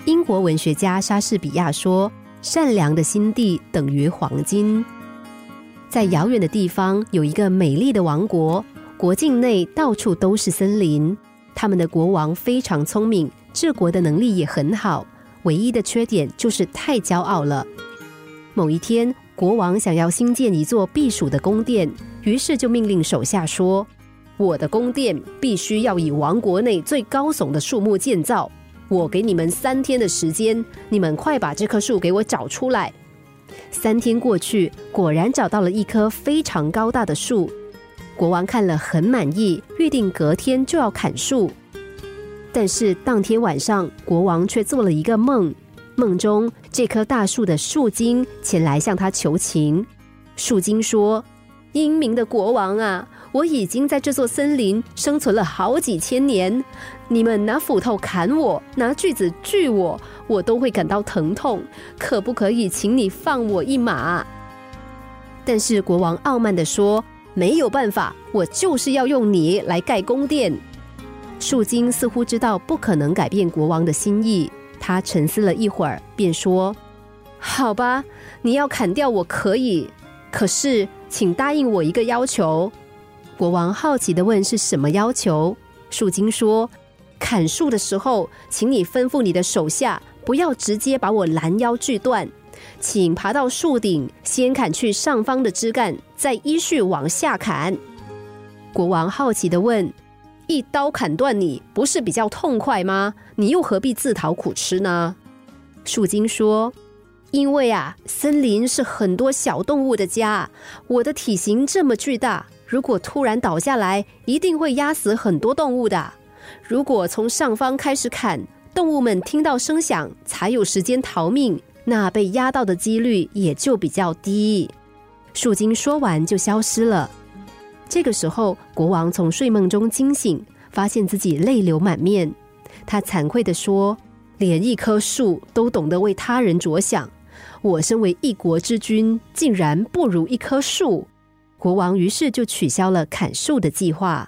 英国文学家莎士比亚说，善良的心地等于黄金。在遥远的地方有一个美丽的王国，国境内到处都是森林，他们的国王非常聪明，治国的能力也很好，唯一的缺点就是太骄傲了。某一天，国王想要兴建一座避暑的宫殿，于是就命令手下说，我的宫殿必须要以王国内最高耸的树木建造，我给你们3天的时间，你们快把这棵树给我找出来。3天过去，果然找到了一棵非常高大的树。国王看了很满意，预定隔天就要砍树。但是当天晚上，国王却做了一个梦，梦中这棵大树的树精前来向他求情。树精说，英明的国王啊，我已经在这座森林生存了好几千年，你们拿斧头砍我，拿锯子锯我，我都会感到疼痛，可不可以请你放我一马？但是国王傲慢地说，没有办法，我就是要用你来盖宫殿。树精似乎知道不可能改变国王的心意，他沉思了一会儿，便说，好吧，你要砍掉我可以，可是请答应我一个要求。国王好奇地问，是什么要求？树精说，砍树的时候，请你吩咐你的手下不要直接把我拦腰锯断，请爬到树顶，先砍去上方的枝干，再依序往下砍。国王好奇地问，一刀砍断你不是比较痛快吗？你又何必自讨苦吃呢？树精说，因为森林是很多小动物的家，我的体型这么巨大，如果突然倒下来，一定会压死很多动物的。如果从上方开始砍，动物们听到声响才有时间逃命，那被压到的几率也就比较低。树精说完就消失了。这个时候，国王从睡梦中惊醒，发现自己泪流满面。他惭愧地说，连一棵树都懂得为他人着想，我身为一国之君，竟然不如一棵树。国王于是就取消了砍树的计划。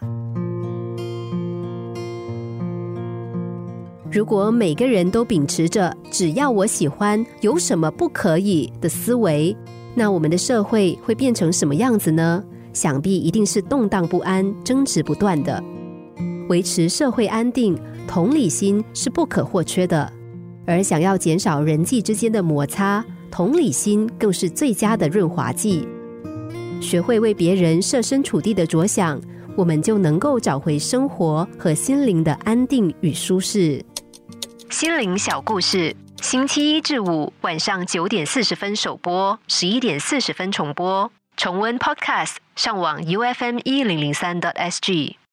如果每个人都秉持着只要我喜欢，有什么不可以的思维，那我们的社会会变成什么样子呢？想必一定是动荡不安，争执不断的。维持社会安定，同理心是不可或缺的，而想要减少人际之间的摩擦，同理心更是最佳的润滑剂。学会为别人设身处地的着想，我们就能够找回生活和心灵的安定与舒适。心灵小故事，星期1至5晚上9点40分首播，11点40分重播。重温 Podcast， 上网 UFM1003.SG。